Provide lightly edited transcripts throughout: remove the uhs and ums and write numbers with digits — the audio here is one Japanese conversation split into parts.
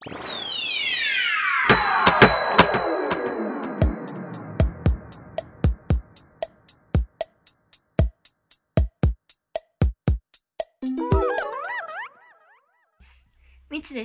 みつです。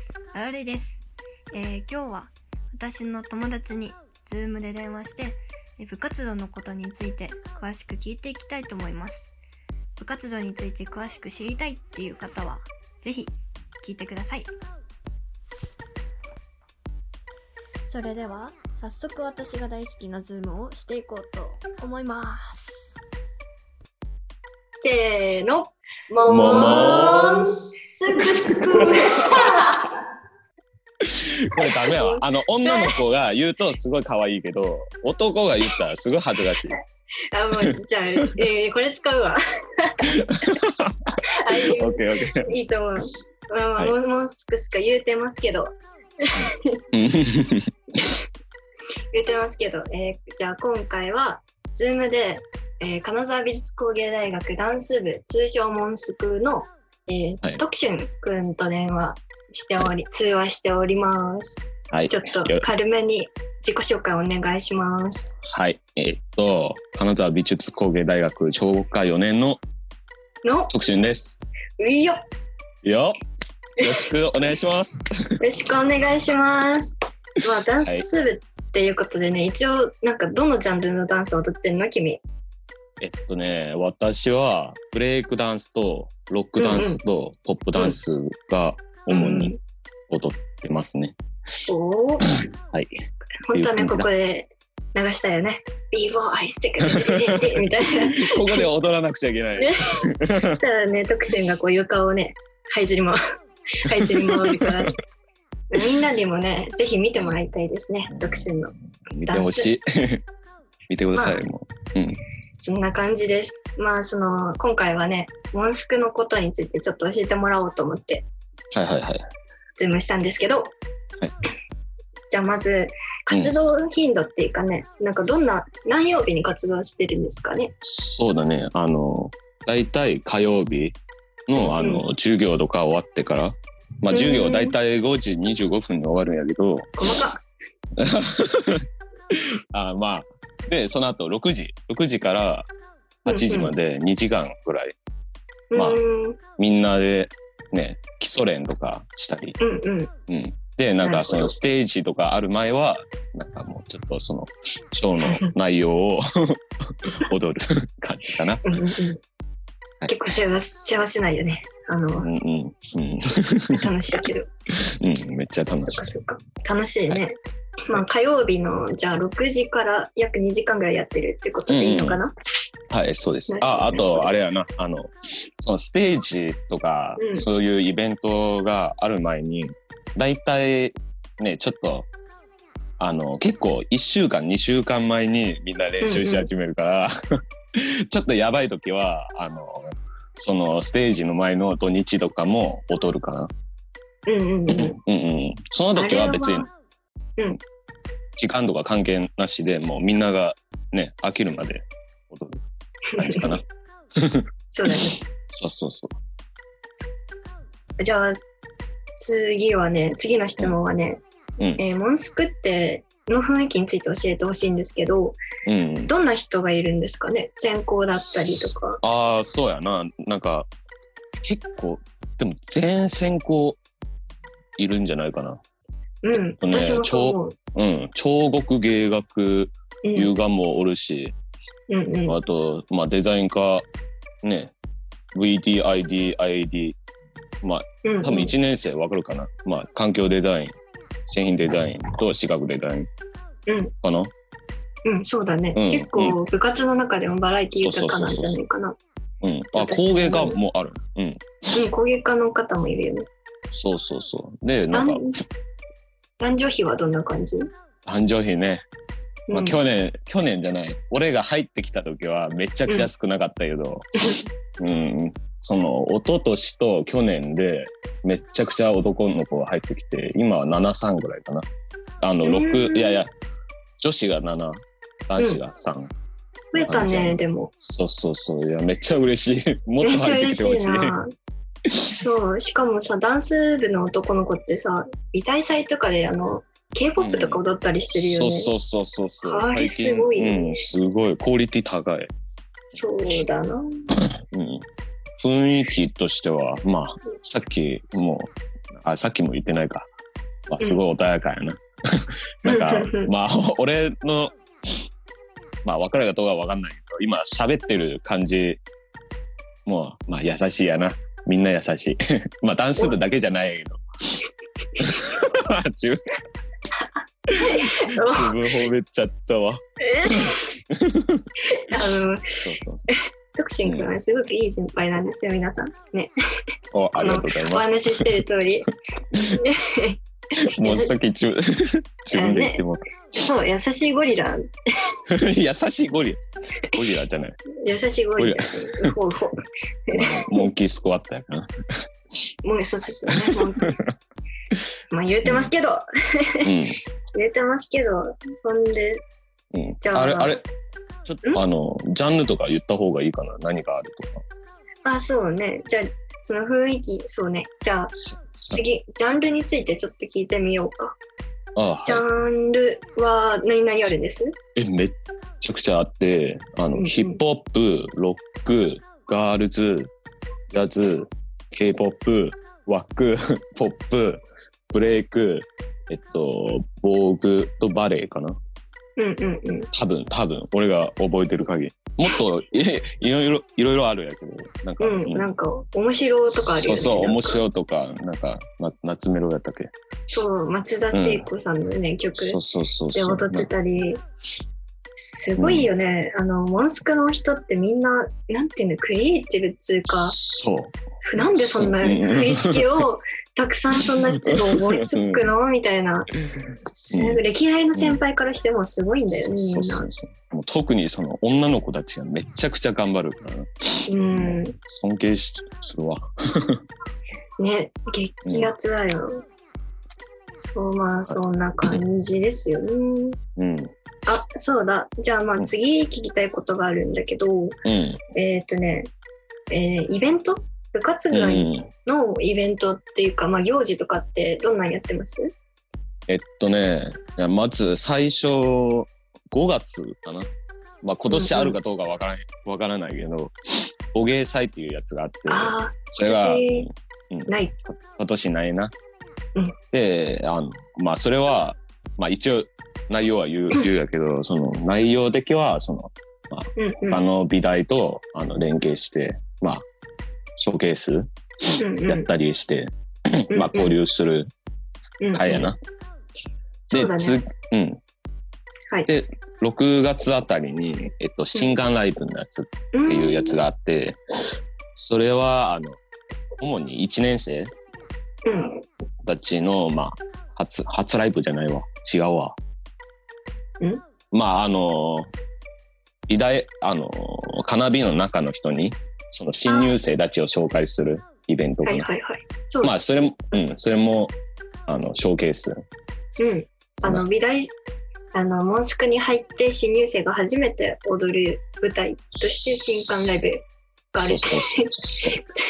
あられです。今日は私の友達に Zoom で電話して部活動のことについて詳しく聞いていきたいと思います。部活動について詳しく知りたいっていう方はぜひ聞いてください。それでは早速私が大好きな Zoom をしていこうと思います。 せーの、もすくこれダメわ。女の子が言うとすごい可愛いけど、男が言ったらすごい恥ずかしい。 もうじゃあ、これ使うわ。 オッケー。 いいと思う。もうすくすか言うてますけど。じゃあ今回は Zoom で、金沢美術工芸大学ダンス部通称モンスクの、徳俊くんと電話して通話しております。はい、ちょっと軽めに自己紹介お願いします。 はい、金沢美術工芸大学彫刻科4年の徳俊です。よろしくお願いします。 よろしくお願いします。ダンス部っていうことでね、一応なんかどのジャンルのダンスを踊ってんの君？ 私はブレイクダンスとロックダンスとポップダンスが主に踊ってますね。はい。 本当はね、ここで流したよね。ビーボーイしてくれみたいな。 ここで踊らなくちゃいけない。 そしたらね、徳俊がこう床をね、這いずり回るから。みんなにもね、ぜひ見てもらいたいですね、徳俊の。 見てほしい。見てください、もう。 そんな感じです。今回はね、モンスクのことについてちょっと教えてもらおうと思って、ズームしたんですけど、じゃあまず、活動頻度っていうかね、なんか何曜日に活動してるんですかね？ そうだね、だいたい火曜日の、授業とか終わってから、授業だいたい5時25分に終わるんやけど、 細かで、その後6時から8時まで2時間ぐらい、みんなでね、基礎練とかしたり、で、なんかそのステージとかある前は、なんかもうちょっとそのショーの内容を踊る感じかな。 結構世話しないよね。楽しいけど。 めっちゃ楽しい。 そっか。楽しいね。火曜日のじゃあ6時から約2時間ぐらいやってるってことでいいのかな？ はい、そうです。あとあれやな、そのステージとか、そういうイベントがある前に、だいたいね、ちょっと結構1週間2週間前にみんな練習し始めるから、ちょっとやばい時はそのステージの前の土日とかも踊るかな。その時は別に時間とか関係なしで、もうみんながね飽きるまで踊る感じかな。 そうだね。 そう。 じゃあ次の質問はね、モンスクっての雰囲気について教えてほしいんですけど、どんな人がいるんですかね？専攻だったりとか。 そうやな。なんか結構でも全専攻いるんじゃないかな。 私もそう思う。 彫刻芸学有画もおるし、あとデザイン科ね、VDIDID、多分1年生わかるかな。環境デザイン、製品デザインと視覚デザインかな。 そうだね。結構部活の中でもバラエティ豊かなんじゃないかな。 工芸科もある。 工芸科の方もいるよね。 そう。で、なんか男女比はどんな感じ？ 男女比ね。去年じゃない。俺が入ってきた時はめちゃくちゃ少なかったけど、その一昨年と去年でめちゃくちゃ男の子が入ってきて、今は7-3ぐらいかな。6、女子が7、男子が3。増えたね、でも。 そう。いや、めっちゃ嬉しい。もっと入ってきてほしい。 そう、しかもさ、ダンス部の男の子ってさ、美大祭とかでK-POP とか踊ったりしてるよね。 そう。 あれすごいね。 すごい。クオリティ高い。 そうだな。 雰囲気としては、まあ、さっきも言ってないか。まあ、すごい穏やかやな。なんか、まあ、俺の、まあ、分かるかどうかわかんないけど、今喋ってる感じ、もう、まあ、優しいやな。みんな優しい。まあ、ダンス部だけじゃないけど。自分褒めちゃったわ。そう徳信君はすごくいい先輩なんですよ、皆さん。ね。 ありがとうございます。 お話ししてる通り。 もうさっき自分で言ってもらった。 そう、優しいゴリラ。 優しいゴリラじゃない。 優しいゴリラ。 モンキースクワットやから。 もうそうね。まあ言うてますけど。言うてますけど、そんで。 じゃああれ。ちょっとジャンルとか言った方がいいかな。何があるとか。 そうね。じゃあその雰囲気、そうね。じゃあ次ジャンルについてちょっと聞いてみようか。ジャンルは何々あるんです？ めっちゃくちゃあって、ヒップホップ、ロック、ガールズ、ジャズ、K-POP、ワック、ポップ、ブレイク、ボーグとバレエかな。多分俺が覚えてる限り、もっといろいろあるやけど、 なんか面白とかあるよね。 そう面白とか、なんか夏メロやったっけ。 そう松田聖子さんのね、曲で踊ってたり、すごいよね。モンスクの人ってみんななんていうの、クリエイティブっていうか、なんでそんな振り付けをたくさんそんな思いつくのみたいな。歴代の先輩からしてもすごいんだよね、みんな。 特にその女の子たちがめちゃくちゃ頑張るから、尊敬するわ。 ね、激アツだよ。そう、まあそんな感じですよね。そうだ。じゃあまあ次聞きたいことがあるんだけど、イベント？部活外のイベントっていうか、まあ行事とかってどんなんやってます？ まず最初5月かな。まあ今年あるかどうかわからないけど、お芸祭っていうやつがあって、それがない。 今年ないな。で、まあそれはまあ一応内容は言うやけど、その内容的はまあ美大と連携して、まあショーケースやったりして、まあ交流する会やな。で、で6月あたりに新刊ライブのやつっていうやつがあって、それは主に1年生たちのまあ初ライブじゃないわ、違うわ。まあ美大カナビの中の人にその新入生たちを紹介するイベントかな。まあそれもショーケース。 美大モンスクに入って新入生が初めて踊る舞台として新刊ライブがあるって。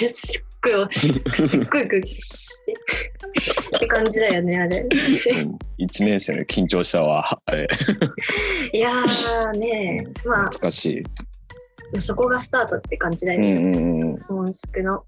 すっごいグギしてって感じだよね、あれ。 1年生の緊張したわ、あれ。 いやーね、まあ懐かしい。 そこがスタートって感じだよね、モンスクの。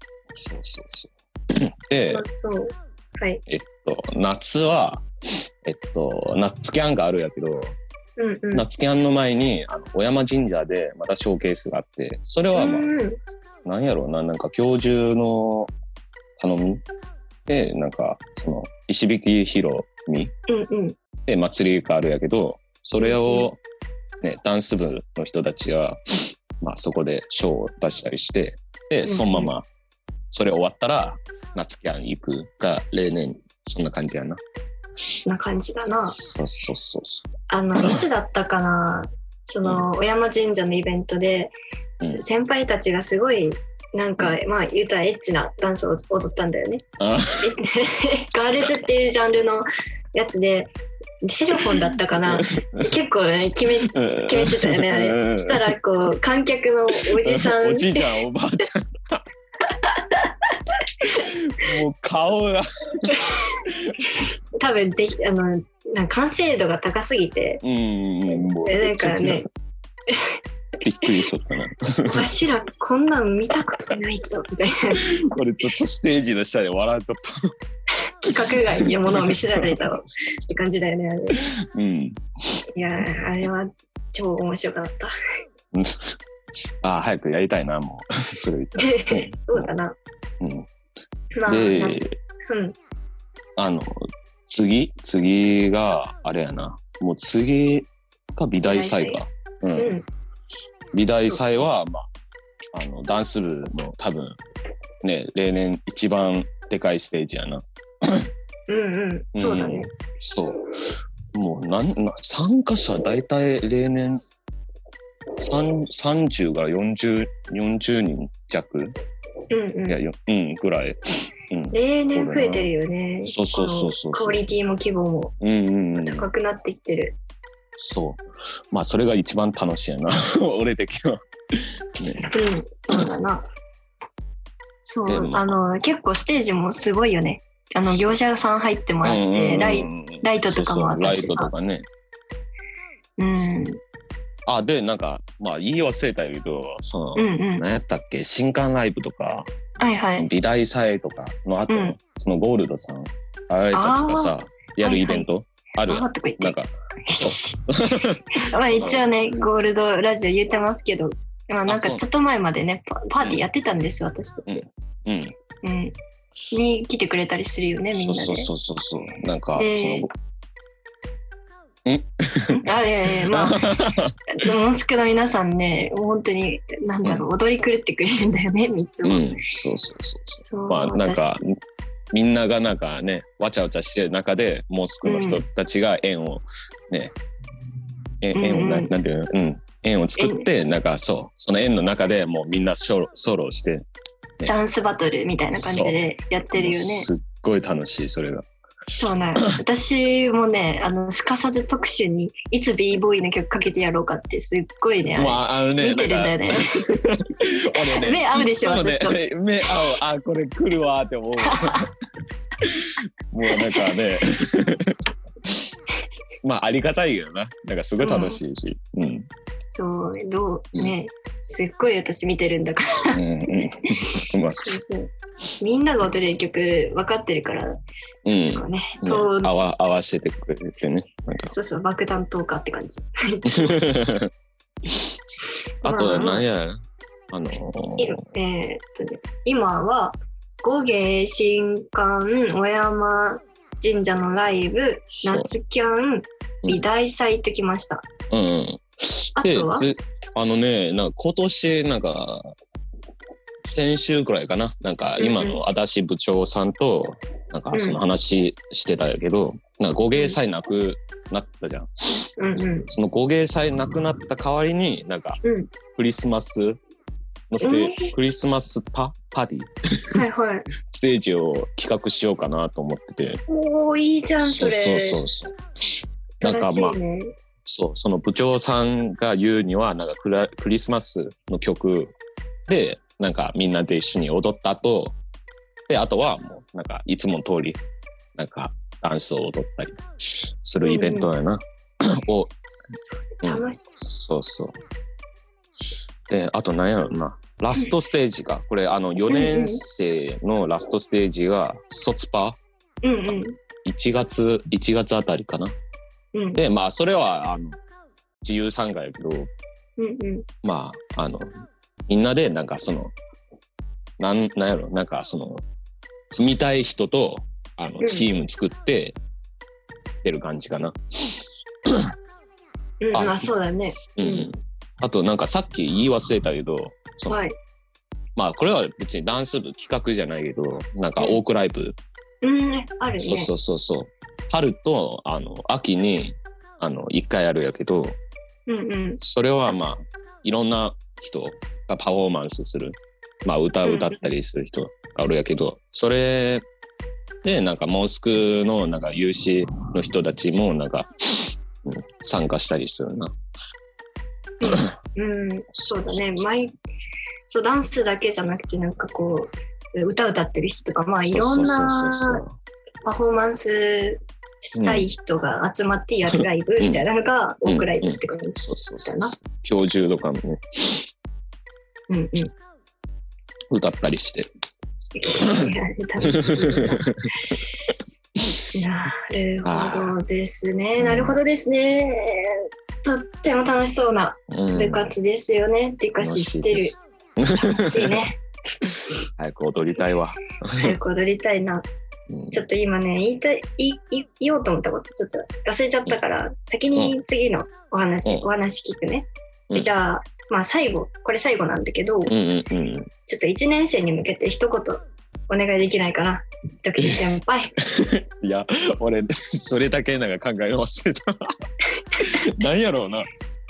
で、 はい、 夏は夏キャンがあるやけど、夏キャンの前に小山神社でまたショーケースがあって、それはまあなんやろうな、なんか教授の頼みで、なんかその石引き披露みで祭りがあるやけど、それをねダンス部の人たちがまあそこでショーを出したりして、でそのままそれ終わったら夏キャン行くが例年そんな感じやな。 な感じだな。 そう。 いつだったかな、その小山神社のイベントで、先輩たちがすごいなんかまあ言うたらエッチなダンスを踊ったんだよね。ガールズっていうジャンルのやつで、セロフォンだったかな。結構ね決めてたよね、あれ。したらこう観客のおじさんおじいちゃんおばあちゃんもう顔が多分なんか完成度が高すぎて、 もうなんかねびっくりしとったな。 わしらこんなん見たことないぞみたいな。 これちょっとステージの下で笑うとった。 規格外のものを見せられたって感じだよね、あれ。いやあれは超面白かった。 早くやりたいな、もう。それ言ったら。 そうだな。 で、次があれやな。もう次が美大祭か。美大祭は、ダンス部の多分ね、例年一番でかいステージやな。 そうだね。 そう。もう参加者大体例年30から40人弱、ぐらい、 例年増えてるよね。 そうクオリティも規模も高くなってきてる。 そうそれが一番楽しいやな俺的には、 そうだな。そう結構ステージもすごいよね。業者さん入ってもらってライトとかもあったしさ。 ライトとかね。でなんか言い忘れたけど何やったっけ、新刊ライブとか、美大祭とかの後、そのゴールドさんあれたちがさやるイベントあるやん。なんか一応ねゴールドラジオ言ってますけど、なんかちょっと前までねパーティーやってたんですよ、私たち。に来てくれたりするよね、みんなで。 そうなんかモンスクの皆さんね、本当に踊り狂ってくれるんだよね、いつも。なんかみんながなんかねわちゃわちゃしてる中でモンスクの人たちが円をね、なんていうの、円を作って、なんかその円の中でもうみんなソロして、 ダンスバトルみたいな感じでやってるよね。 すっごい楽しい、それが。 そうなん私もねすかさず特集にいつ b ボーイの曲かけてやろうかってすっごいね見てるんだよね。目合うでしょ、私と。 目合う、これ来るわって思う。もうなんかねありがたいよな、なんかすごい楽しいし。 そうね、すっごい私見てるんだからみんなが踊れる曲分かってるから、 合わせてくれてね、なんかそう爆弾投下って感じ。 あと何やら今は五芸新館小山神社のライブ、夏キャン、美大祭ときました。あとはなんか今年なんか先週くらいかな、なんか今の足立部長さんとなんかその話してたんやけど、なんか五芸祭なくなったじゃん。その五芸祭なくなった代わりになんかクリスマスのクリスマスパーティーステージを企画しようかなと思ってて。 おー、いいじゃんそれ。 そうなんかその部長さんが言うにはなんかクリスマスの曲でなんかみんなで一緒に踊った後で、あとはもうなんかいつもの通りなんかダンスを踊ったりするイベントやな。 楽しそう。で、あと何やろな、ラストステージがこれ4年生のラストステージが卒パ1月あたりかな。でそれは自由参加やけど、みんなでなんかそのなんやろ、なんかその組みたい人とチーム作って出る感じかな。 そうだね。 あとなんかさっき言い忘れたけど、これは別にダンス部企画じゃないけど、なんかオークライブ、 あるね。 そう春と秋に1回あるやけど、それはいろんな人がパフォーマンスする、歌ったりする人があるやけど、それでなんかモンスクのなんか有志の人たちもなんか、参加したりするな。 そうだね。ダンスだけじゃなくてなんかこう歌ってる人とか、まあいろんなパフォーマンスしたい人が集まってやるライブみたいなのがオークライブって感じだな。 教授とかもね、歌ったりして。 なるほどですね。なるほどですね。とっても楽しそうな部活ですよね。っていうか知ってる。楽しいね。 早く踊りたいわ。 早く踊りたいな。ちょっと今ね、言おうと思ったことちょっと忘れちゃったから、先に次のお話聞くね。じゃあ、まあこれ最後なんだけど、ちょっと1年生に向けて一言お願いできないかな。徳志先輩。 いや、俺、それだけなんか考え忘れた。なんやろうな。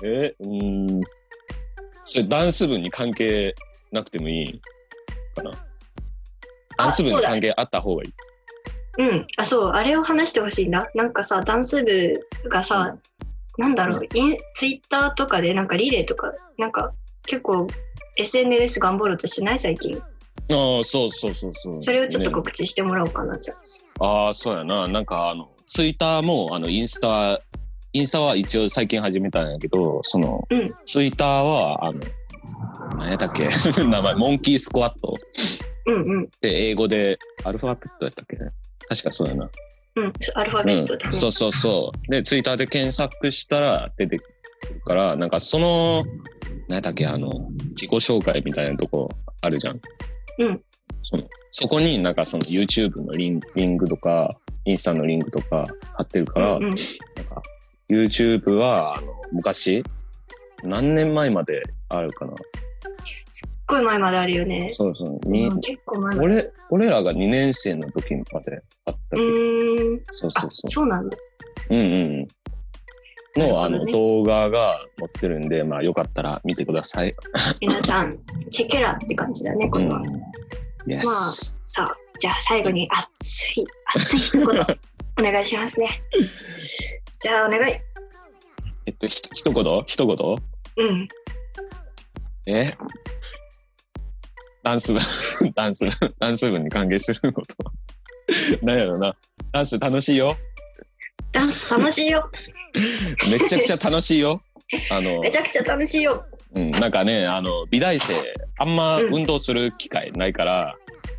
それダンス部に関係なくてもいいかな。ダンス部に関係あった方がいい。 あれを話してほしいんだ。なんかさ、ダンス部がさ、なんだろう、ツイッターとかでなんかリレーとか、なんか結構 SNS 頑張ろうとしない最近。 そう。 それをちょっと告知してもらおうかな、じゃあ。 そうやな。なんかツイッターもインスタは一応最近始めたんやけど、ツイッターは何やったっけ名前モンキースクワット。で英語でアルファベットやったっけね。確かそうやな。 アルファベットだね。 そう。でツイッターで検索したら出てくるから、なんか何やったっけ自己紹介みたいなとこあるじゃん。そこになんかYouTube のリンクとかインスタのリンクとか貼ってるから、なんか YouTube は昔何年前まであるかな。 すっごい前まであるよね。 そう。 結構前まで。 俺らが2年生の時まであったけど。 そうなんだ。 の動画が載ってるんで、まあよかったら見てください。 皆さんチェケラって感じだね、これは。まあさあ、じゃあ最後に熱い一言お願いしますね。じゃあお願い。 一言？ダンス部に関係すること。なんやろな。ダンス楽しいよ。めちゃくちゃ楽しいよ。 めちゃくちゃ楽しいよ。 なんかね、美大生あんま運動する機会ないから、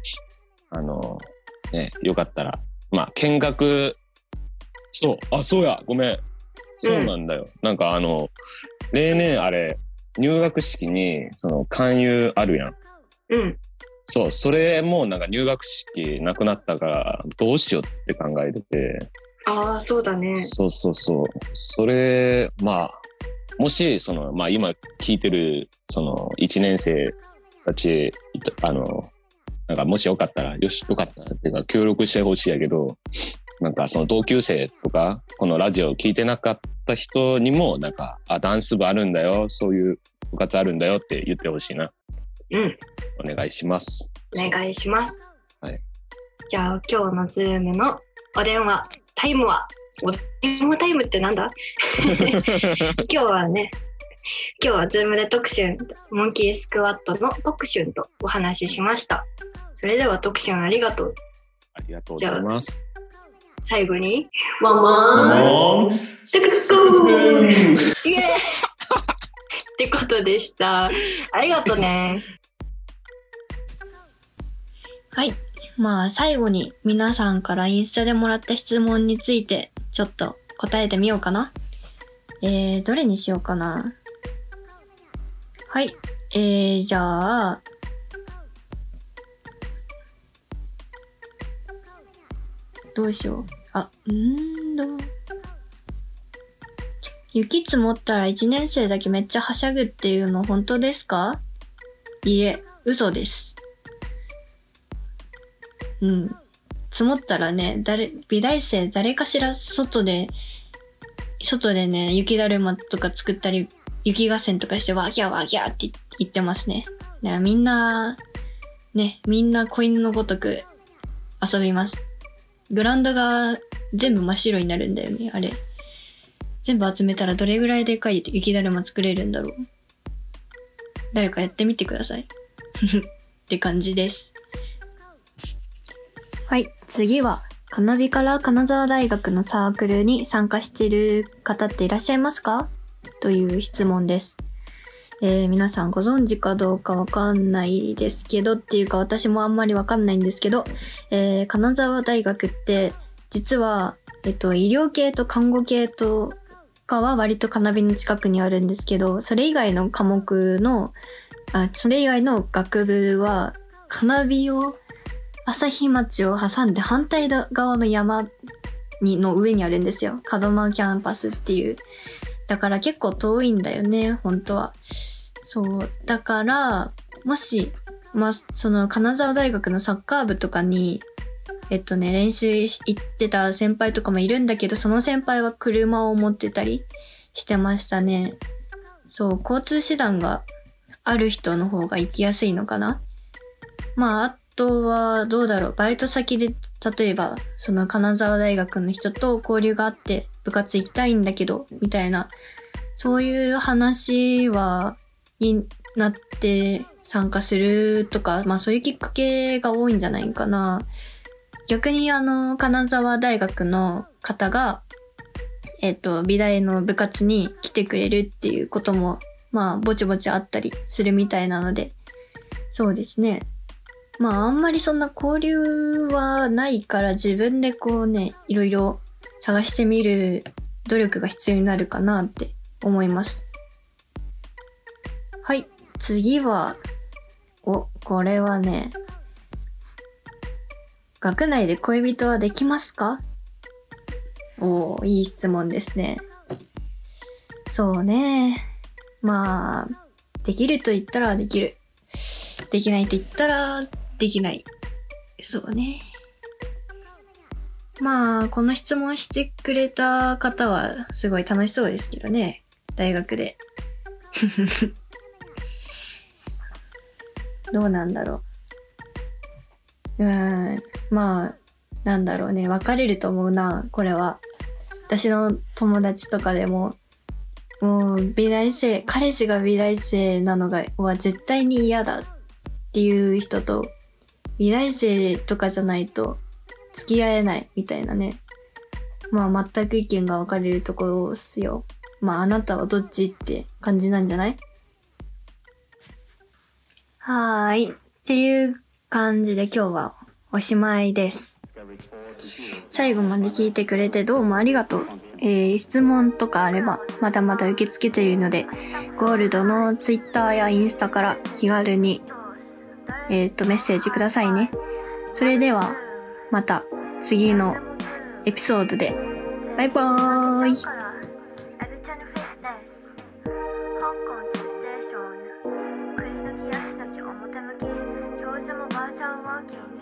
よかったらまあ見学。そうや、ごめん。そうなんだよ。なんか例年あれ入学式に勧誘あるやん。それもなんか入学式なくなったからどうしようって考えてて。 そうだね。 そう。それまあもしまあ今聞いてる1年生たちなんかもしよかったらっていうか協力してほしいやけど、なんか同級生とかこのラジオ聞いてなかった人にもなんかダンス部あるんだよ、そういう部活あるんだよって言ってほしいな。お願いします。 お願いします。 はい。 じゃあ今日のズームのお電話タイムはお電話タイムってなんだ今日はズームで特集モンキースクワットの特集とお話ししました。それでは特集ありがとう。 ありがとうございます。 最後にワンワントゥクトゥイエーイってことでした。ありがとうね。 はい。まあ最後に皆さんからインスタでもらった質問についてちょっと答えてみようかな。どれにしようかな。はい。じゃあどうしよう。雪積もったら1年生だけめっちゃはしゃぐっていうの本当ですか？いいえ、嘘です。積もったらね、美大生誰かしら外でね、雪だるまとか作ったり、雪合戦とかしてワーギャーワーギャーって言ってますね。だからみんな子犬のごとく遊びます。グラウンドが全部真っ白になるんだよね、あれ。全部集めたらどれぐらいでかい雪だるま作れるんだろう。誰かやってみてください。って感じです。 はい、次はカナビから金沢大学のサークルに参加している方っていらっしゃいますか？という質問です。皆さんご存知かどうかわかんないですけどっていうか私もあんまりわかんないんですけど、金沢大学って実は、医療系と看護系とかは割とカナビの近くにあるんですけど、それ以外の学部はカナビを朝日町を挟んで反対側の山の上にあるんですよ。門真キャンパスっていう。だから結構遠いんだよね、本当は。そう。だから、もし、その金沢大学のサッカー部とかに、練習行ってた先輩とかもいるんだけど、その先輩は車を持ってたりしてましたね。そう、交通手段がある人の方が行きやすいのかな。あとはどうだろう、バイト先で例えばその金沢大学の人と交流があって部活行きたいんだけどみたいな、そういう話になって参加するとか、そういうきっかけが多いんじゃないかな。逆に金沢大学の方が美大の部活に来てくれるっていうこともぼちぼちあったりするみたいなので、そうですね。あんまりそんな交流はないから自分でこうね、いろいろ探してみる努力が必要になるかなって思います。はい、次は、これはね、学内で恋人はできますか？いい質問ですね。そうね。できると言ったらできる。できないと言ったらできない。そうね。この質問してくれた方はすごい楽しそうですけどね。大学で。どうなんだろう。なんだろうね。分かれると思うな、これは。私の友達とかでも、もう美大生、彼氏が美大生なのは絶対に嫌だっていう人と、美大生とかじゃないと付き合えないみたいなね。全く意見が分かれるところっすよ。あなたはどっちって感じなんじゃない？はーい。っていう感じで今日はおしまいです。最後まで聞いてくれてどうもありがとう。質問とかあればまだまだ受け付けているので、ゴールドのツイッターやインスタから気軽にメッセージくださいね。それではまた次のエピソードで。バイバーイ。バーチャルワーキング